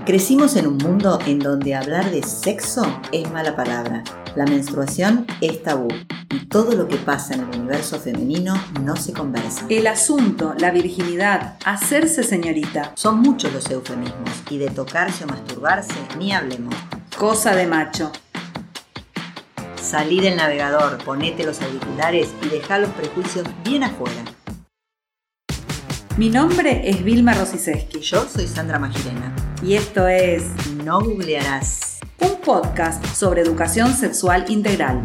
Crecimos en un mundo en donde hablar de sexo es mala palabra, la menstruación es tabú y todo lo que pasa en el universo femenino no se conversa. El asunto, la virginidad, hacerse señorita. Son muchos los eufemismos y de tocarse o masturbarse ni hablemos. Cosa de macho. Salí del navegador, ponete los auriculares y dejá los prejuicios bien afuera. Mi nombre es Vilma Rosiseski. Yo soy Sandra Magirena. Y esto es No Googlearás, un podcast sobre educación sexual integral.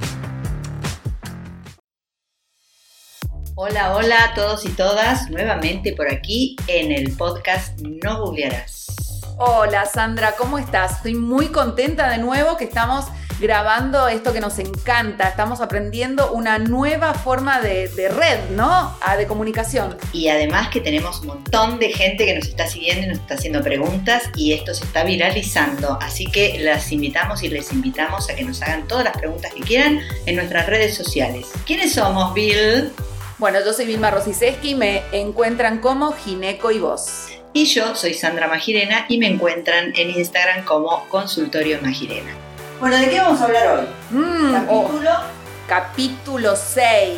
Hola, hola a todos y todas, nuevamente por aquí en el podcast No Googlearás. Hola Sandra, ¿cómo estás? Estoy muy contenta de nuevo que estamos grabando esto que nos encanta. Estamos aprendiendo una nueva forma de red, ¿no? De comunicación. Y además que tenemos un montón de gente que nos está siguiendo y nos está haciendo preguntas y esto se está viralizando. Así que las invitamos y les invitamos a que nos hagan todas las preguntas que quieran en nuestras redes sociales. ¿Quiénes somos, Bill? Bueno, yo soy Vilma Rosiseski, me encuentran como Gineco y Voz. Y yo soy Sandra Magirena y me encuentran en Instagram como Consultorio Magirena. Bueno, ¿de qué vamos a hablar hoy? Capítulo 6.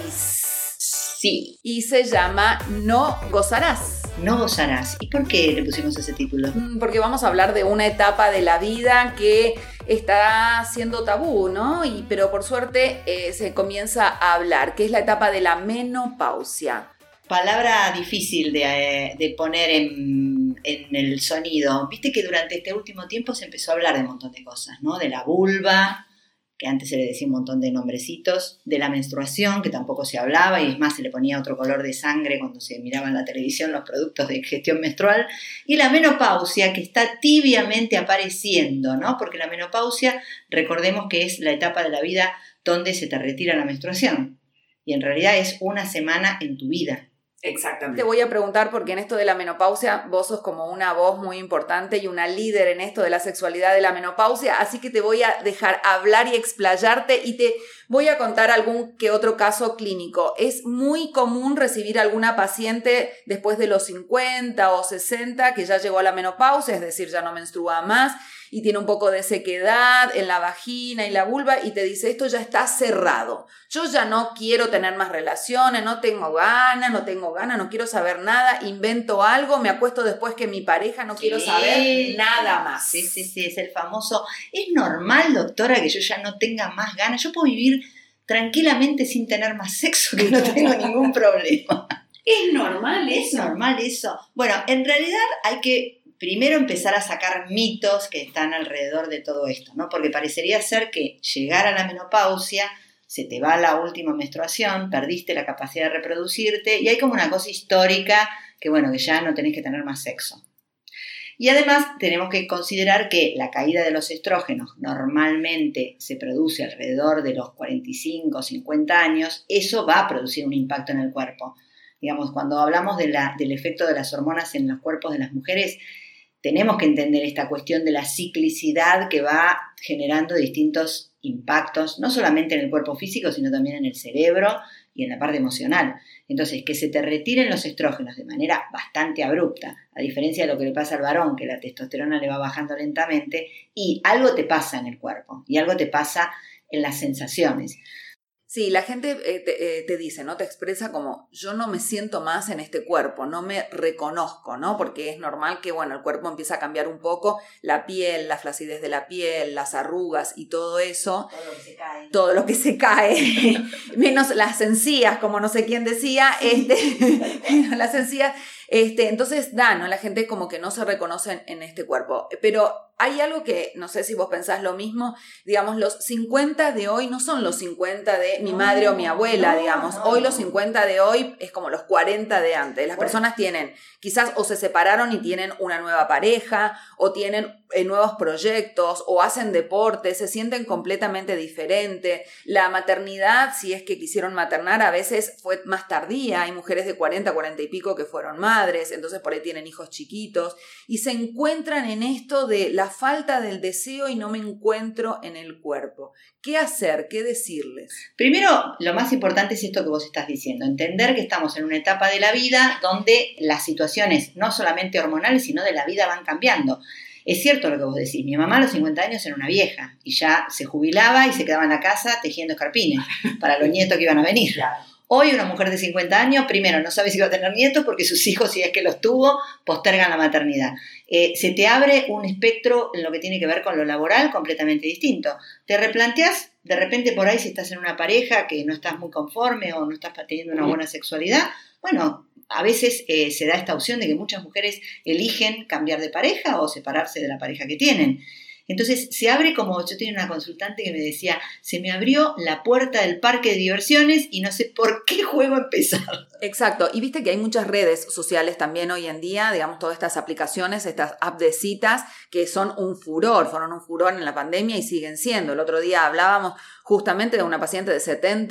Sí. Y se llama No Gozarás. No gozarás. ¿Y por qué le pusimos ese título? Porque vamos a hablar de una etapa de la vida que está siendo tabú, ¿no? Pero por suerte se comienza a hablar, que es la etapa de la menopausia. Palabra difícil de poner en el sonido. Viste que durante este último tiempo se empezó a hablar de un montón de cosas, ¿no? De la vulva, que antes se le decía un montón de nombrecitos, de la menstruación, que tampoco se hablaba, y es más, se le ponía otro color de sangre cuando se miraba en la televisión los productos de gestión menstrual, y la menopausia, que está tibiamente apareciendo, ¿no? Porque la menopausia, recordemos que es la etapa de la vida donde se te retira la menstruación, y en realidad es una semana en tu vida. Exactamente. Te voy a preguntar porque en esto de la menopausia vos sos como una voz muy importante y una líder en esto de la sexualidad de la menopausia, así que te voy a dejar hablar y explayarte y te voy a contar algún que otro caso clínico. Es muy común recibir alguna paciente después de los 50 o 60 que ya llegó a la menopausia, es decir, ya no menstrua más y tiene un poco de sequedad en la vagina y la vulva y te dice, esto ya está cerrado. Yo ya no quiero tener más relaciones, no tengo ganas, no quiero saber nada, invento algo, me acuesto después que mi pareja, no quiero saber nada más. Sí, es el famoso, es normal, doctora, que yo ya no tenga más ganas, yo puedo vivir tranquilamente sin tener más sexo, que no tengo ningún problema. ¿Es normal eso? Es normal eso. Bueno, en realidad hay que primero empezar a sacar mitos que están alrededor de todo esto, ¿no? Porque parecería ser que llegar a la menopausia, se te va la última menstruación, perdiste la capacidad de reproducirte y hay como una cosa histórica que, bueno, que ya no tenés que tener más sexo. Y además tenemos que considerar que la caída de los estrógenos normalmente se produce alrededor de los 45 o 50 años, eso va a producir un impacto en el cuerpo. Digamos, cuando hablamos del efecto de las hormonas en los cuerpos de las mujeres, tenemos que entender esta cuestión de la ciclicidad que va generando distintos impactos, no solamente en el cuerpo físico, sino también en el cerebro y en la parte emocional. Entonces, que se te retiren los estrógenos de manera bastante abrupta, a diferencia de lo que le pasa al varón, que la testosterona le va bajando lentamente, y algo te pasa en el cuerpo, y algo te pasa en las sensaciones. Sí, la gente te dice, ¿no? Te expresa como, yo no me siento más en este cuerpo, no me reconozco, ¿no? Porque es normal que, bueno, el cuerpo empieza a cambiar un poco, la piel, la flacidez de la piel, las arrugas y todo eso. Todo lo que se cae. Todo lo que se cae, menos las encías, como no sé quién decía, las encías, entonces ¿no? La gente como que no se reconoce en este cuerpo, pero hay algo que, no sé si vos pensás lo mismo, digamos, los 50 de hoy no son los 50 de mi madre o mi abuela, digamos, hoy los 50 de hoy es como los 40 de antes, las personas tienen, quizás o se separaron y tienen una nueva pareja, o tienen nuevos proyectos, o hacen deporte, se sienten completamente diferentes, la maternidad, si es que quisieron maternar, a veces fue más tardía, hay mujeres de 40, 40 y pico que fueron madres, entonces por ahí tienen hijos chiquitos, y se encuentran en esto de la falta del deseo y no me encuentro en el cuerpo. ¿Qué hacer? ¿Qué decirles? Primero, lo más importante es esto que vos estás diciendo, entender que estamos en una etapa de la vida donde las situaciones no solamente hormonales, sino de la vida van cambiando. Es cierto lo que vos decís, mi mamá a los 50 años era una vieja y ya se jubilaba y se quedaba en la casa tejiendo escarpines para los nietos que iban a venir. Claro. Hoy una mujer de 50 años, primero, no sabe si va a tener nietos porque sus hijos, si es que los tuvo, postergan la maternidad. Se te abre un espectro en lo que tiene que ver con lo laboral completamente distinto. Te replanteás, de repente por ahí si estás en una pareja que no estás muy conforme o no estás teniendo una buena sexualidad, bueno, a veces se da esta opción de que muchas mujeres eligen cambiar de pareja o separarse de la pareja que tienen. Entonces se abre como, yo tenía una consultante que me decía, se me abrió la puerta del parque de diversiones y no sé por qué juego empezar. Exacto, y viste que hay muchas redes sociales también hoy en día, digamos, todas estas aplicaciones, estas apps de citas que son un furor, fueron un furor en la pandemia y siguen siendo. El otro día hablábamos justamente de una paciente de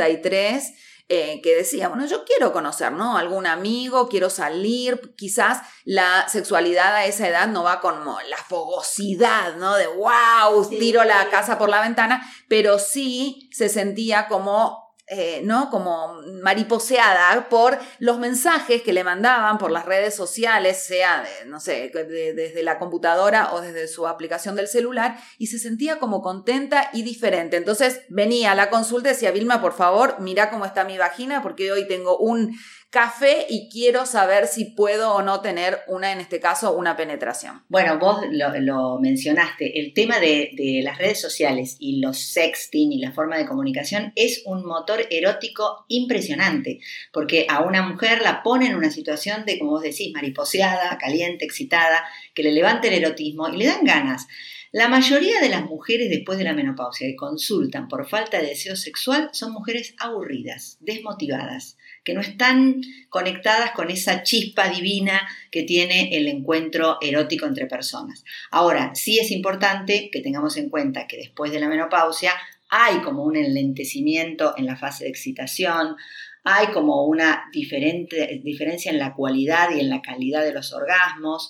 73 que decía, bueno, yo quiero conocer, ¿no? Algún amigo, quiero salir, quizás la sexualidad a esa edad no va como la fogosidad, ¿no? De wow, tiro la casa por la ventana, pero sí se sentía como ¿no? Como mariposeada por los mensajes que le mandaban por las redes sociales, sea, no sé, desde la computadora o desde su aplicación del celular, y se sentía como contenta y diferente. Entonces venía a la consulta y decía, Vilma, por favor, mira cómo está mi vagina, porque hoy tengo un café y quiero saber si puedo o no tener en este caso, una penetración. Bueno, vos lo mencionaste, el tema de las redes sociales y los sexting y la forma de comunicación es un motor erótico impresionante, porque a una mujer la pone en una situación de, como vos decís, mariposeada, caliente, excitada, que le levanta el erotismo y le dan ganas. La mayoría de las mujeres después de la menopausia que consultan por falta de deseo sexual son mujeres aburridas, desmotivadas, que no están conectadas con esa chispa divina que tiene el encuentro erótico entre personas. Ahora, sí es importante que tengamos en cuenta que después de la menopausia hay como un enlentecimiento en la fase de excitación, hay como una diferencia en la cualidad y en la calidad de los orgasmos,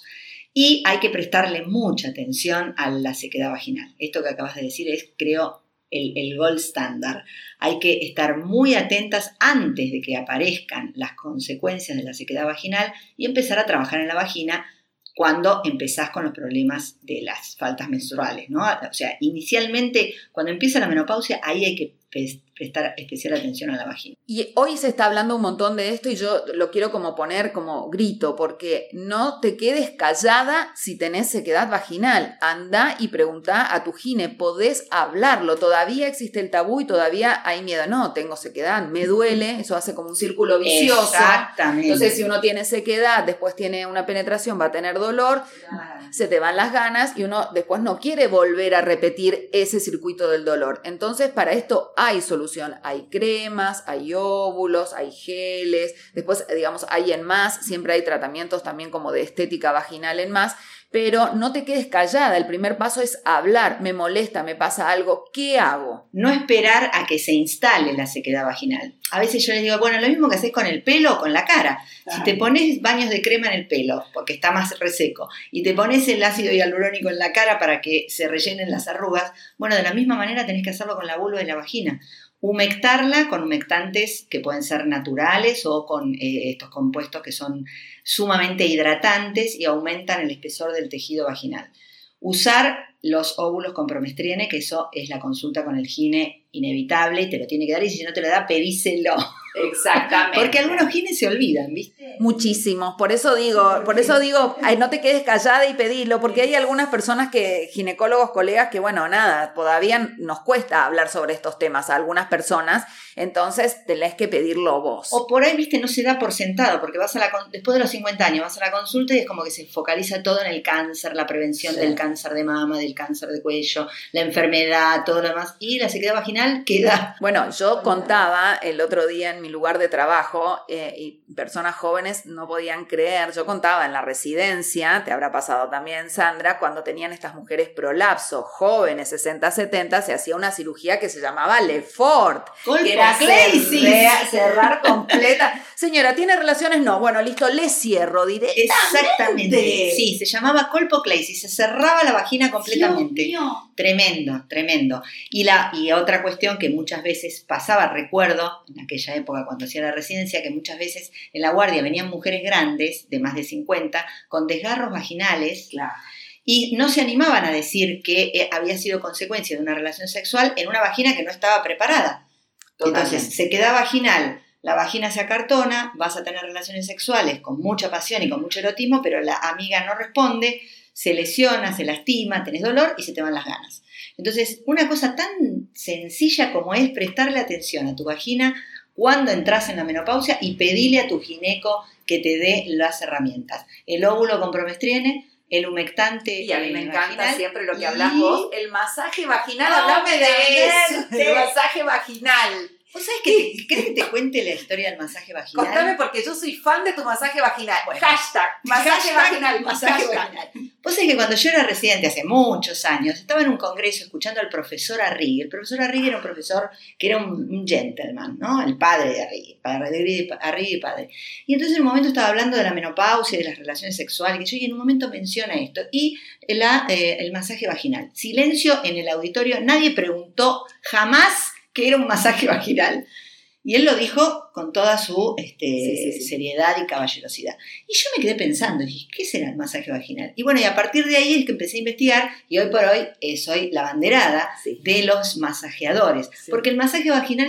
y hay que prestarle mucha atención a la sequedad vaginal. Esto que acabas de decir es, creo, el gold standard. Hay que estar muy atentas antes de que aparezcan las consecuencias de la sequedad vaginal y empezar a trabajar en la vagina cuando empezás con los problemas de las faltas menstruales, ¿no? O sea, inicialmente, cuando empieza la menopausia, ahí hay que prestar especial atención a la vagina. Y hoy se está hablando un montón de esto y yo lo quiero como poner como grito, porque no te quedes callada si tenés sequedad vaginal. Anda y pregunta a tu gine, podés hablarlo. Todavía existe el tabú y todavía hay miedo. No, tengo sequedad, me duele, eso hace como un círculo vicioso. Exactamente. Entonces, si uno tiene sequedad, después tiene una penetración, va a tener dolor, se te van las ganas y uno después no quiere volver a repetir ese circuito del dolor. Entonces, para esto hay solución, hay cremas, hay óvulos, hay geles, después, digamos, hay en más, siempre hay tratamientos también como de estética vaginal en más, pero no te quedes callada, el primer paso es hablar, me molesta, me pasa algo, ¿qué hago? No esperar a que se instale la sequedad vaginal. A veces yo les digo, bueno, lo mismo que haces con el pelo o con la cara. Si te pones baños de crema en el pelo, porque está más reseco, y te pones el ácido hialurónico en la cara para que se rellenen las arrugas, bueno, de la misma manera tenés que hacerlo con la vulva y la vagina. Humectarla con humectantes que pueden ser naturales o con estos compuestos que son sumamente hidratantes y aumentan el espesor del tejido vaginal. Usar los óvulos con promestrine, que eso es la consulta con el gine inevitable y te lo tiene que dar, y si no te lo da, pedíselo. Exactamente. Porque algunos gines se olvidan, ¿viste? Muchísimos, por eso digo, ay, no te quedes callada y pedilo, porque hay algunas personas ginecólogos, colegas, que bueno, nada, todavía nos cuesta hablar sobre estos temas a algunas personas, entonces tenés que pedirlo vos. O por ahí, viste, no se da por sentado, porque después de los 50 años vas a la consulta y es como que se focaliza todo en el cáncer, la prevención del cáncer de mama, del cáncer de cuello, la enfermedad, todo lo demás, y la sequedad vaginal queda. Bueno, yo contaba el otro día en mi lugar de trabajo y personas jóvenes no podían creer, yo contaba en la residencia, te habrá pasado también, Sandra, cuando tenían estas mujeres prolapso, jóvenes, 60, 70, se hacía una cirugía que se llamaba Lefort, que era cerrar completa. Señora, ¿tiene relaciones? No, bueno, listo, le cierro directamente. Exactamente, sí, se llamaba colpocleisis, se cerraba la vagina completamente. Dios mío. Tremendo, tremendo. Y otra cuestión que muchas veces pasaba, recuerdo en aquella época cuando hacía la residencia, que muchas veces en la guardia venían mujeres grandes, de más de 50, con desgarros vaginales. Claro. Y no se animaban a decir que había sido consecuencia de una relación sexual en una vagina que no estaba preparada. Totalmente. Entonces, sequedad vaginal, la vagina se acartona, vas a tener relaciones sexuales con mucha pasión y con mucho erotismo, pero la amiga no responde, se lesiona, se lastima, tenés dolor y se te van las ganas. Entonces, una cosa tan sencilla como es prestarle atención a tu vagina cuando entras en la menopausia y pedile a tu gineco que te dé las herramientas. El óvulo con promestriene, el humectante. Y a mí me encanta vaginal, siempre lo que hablas vos, el masaje vaginal, hablame de eso, Totalmente. el masaje vaginal. ¿Vos sabés que querés que te cuente la historia del masaje vaginal? Contame porque yo soy fan de tu masaje vaginal. Bueno, Hashtag, masaje vaginal. Masaje vaginal. Vos sabés que cuando yo era residente hace muchos años, estaba en un congreso escuchando al profesor Arrighi. El profesor Arrighi era un profesor que era un gentleman, ¿no? El padre de Arrighi padre. Y entonces en un momento estaba hablando de la menopausia y de las relaciones sexuales, y en un momento menciona esto. Y el masaje vaginal. Silencio en el auditorio, nadie preguntó jamás que era un masaje vaginal. Y él lo dijo con toda su seriedad y caballerosidad. Y yo me quedé pensando, dije, ¿qué será el masaje vaginal? Y bueno, y a partir de ahí es que empecé a investigar, y hoy por hoy soy la banderada de los masajeadores. Sí. Porque el masaje vaginal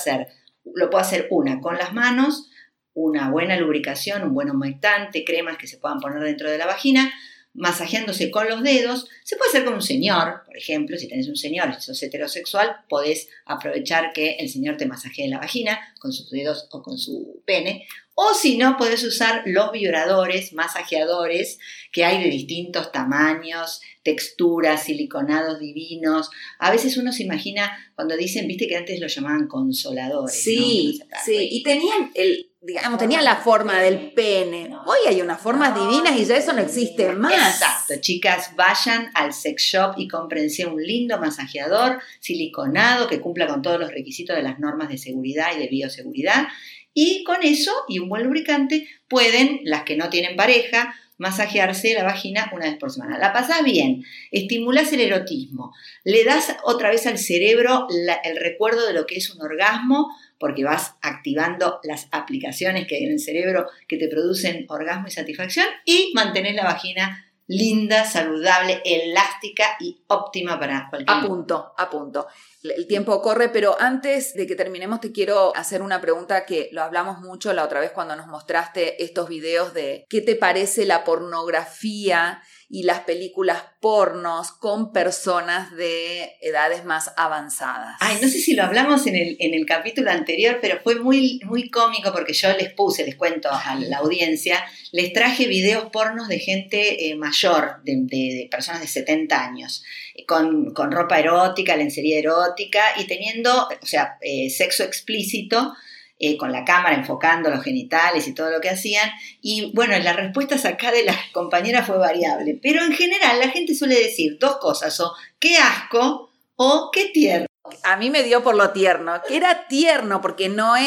lo puede hacer con las manos, una buena lubricación, un buen humectante, cremas que se puedan poner dentro de la vagina, masajeándose con los dedos. Se puede hacer con un señor, por ejemplo, si tenés un señor y sos heterosexual, podés aprovechar que el señor te masajee la vagina con sus dedos o con su pene, o si no, podés usar los vibradores, masajeadores, que hay de distintos tamaños, texturas, siliconados divinos. A veces uno se imagina, cuando dicen, viste que antes lo llamaban consoladores. Sí, ¿no? Sí, y tenían tenía la forma del pene. Hoy hay unas formas divinas y ya eso no existe más. Exacto, chicas, vayan al sex shop y cómprense un lindo masajeador siliconado que cumpla con todos los requisitos de las normas de seguridad y de bioseguridad. Y con eso y un buen lubricante pueden, las que no tienen pareja, masajearse la vagina una vez por semana. La pasás bien, estimulás el erotismo, le das otra vez al cerebro el recuerdo de lo que es un orgasmo, porque vas activando las aplicaciones que hay en el cerebro que te producen orgasmo y satisfacción, y mantenés la vagina linda, saludable, elástica y óptima para cualquier momento. A punto. El tiempo corre, pero antes de que terminemos te quiero hacer una pregunta que lo hablamos mucho la otra vez cuando nos mostraste estos videos de ¿qué te parece la pornografía y las películas pornos con personas de edades más avanzadas? Ay, no sé si lo hablamos en el capítulo anterior, pero fue muy, muy cómico porque yo les cuento a la audiencia, les traje videos pornos de gente mayor, de personas de 70 años, con ropa erótica, lencería erótica y teniendo, sexo explícito, con la cámara enfocando los genitales y todo lo que hacían. Y bueno, la respuesta acá de las compañeras fue variable, pero en general la gente suele decir dos cosas, o qué asco o qué tierno. A mí me dio por lo tierno, que era tierno, porque uno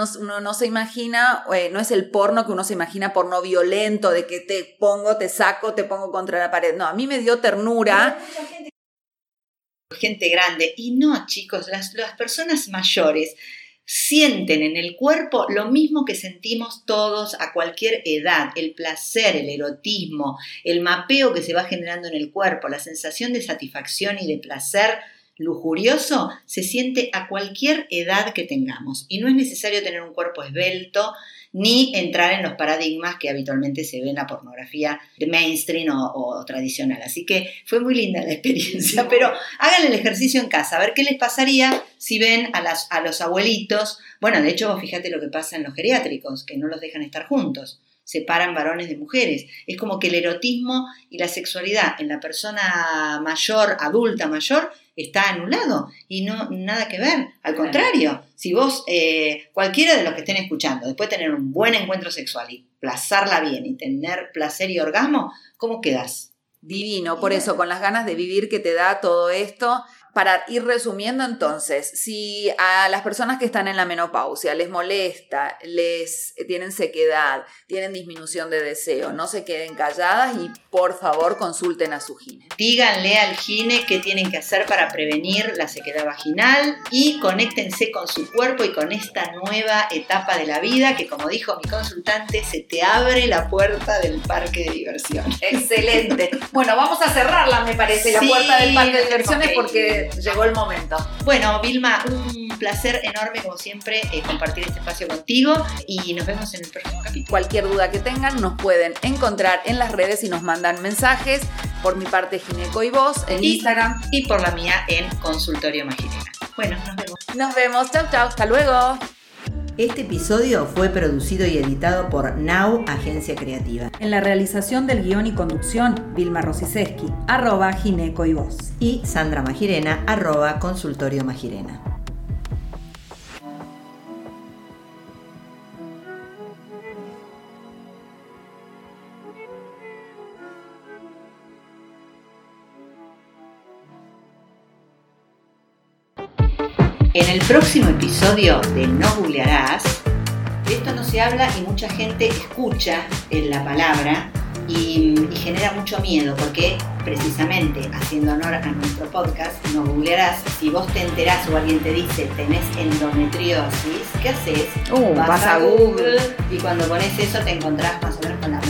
no se imagina, no es el porno que uno se imagina, porno violento, de que te saco, te pongo contra la pared. No, a mí me dio ternura. Gente grande. Y no, chicos, las personas mayores sienten en el cuerpo lo mismo que sentimos todos a cualquier edad, el placer, el erotismo, el mapeo que se va generando en el cuerpo, la sensación de satisfacción y de placer lujurioso se siente a cualquier edad que tengamos. Y no es necesario tener un cuerpo esbelto ni entrar en los paradigmas que habitualmente se ven en la pornografía de mainstream o tradicional. Así que fue muy linda la experiencia, pero hagan el ejercicio en casa, a ver qué les pasaría si ven a los abuelitos. Bueno, de hecho, vos fíjate lo que pasa en los geriátricos, que no los dejan estar juntos, separan varones de mujeres. Es como que el erotismo y la sexualidad en la persona mayor, adulta mayor, está anulado y no nada que ver. Al contrario, si vos, cualquiera de los que estén escuchando, después de tener un buen encuentro sexual y pasarla bien y tener placer y orgasmo, ¿cómo quedás? Divino, por eso, con las ganas de vivir que te da todo esto. para ir resumiendo entonces, si a las personas que están en la menopausia les molesta, les tienen sequedad, tienen disminución de deseo, no se queden calladas y por favor consulten a su gine. Díganle al gine qué tienen que hacer para prevenir la sequedad vaginal y conéctense con su cuerpo y con esta nueva etapa de la vida que, como dijo mi consultante, se te abre la puerta del parque de diversión. Excelente. Bueno, vamos a cerrarla, me parece, la puerta del parque de diversiones porque llegó el momento. Bueno, Vilma, un placer enorme como siempre compartir este espacio contigo y nos vemos en el próximo capítulo. Cualquier duda que tengan nos pueden encontrar en las redes y nos mandan mensajes. Por mi parte, Gineco y Vos en Instagram. Y por la mía en Consultorio Magirena. Bueno, nos vemos. Nos vemos. Chau, chau. Hasta luego. Este episodio fue producido y editado por Now Agencia Creativa. En la realización del guión y conducción, Vilma Rosiceski, @Gineco y Vos. Y Sandra Magirena, @Consultorio Magirena. En el próximo episodio de No Googlearás, de esto no se habla y mucha gente escucha la palabra y genera mucho miedo porque precisamente haciendo honor a nuestro podcast No Googlearás, si vos te enterás o alguien te dice tenés endometriosis, ¿qué haces? Vas a Google y cuando pones eso te encontrás más o menos con la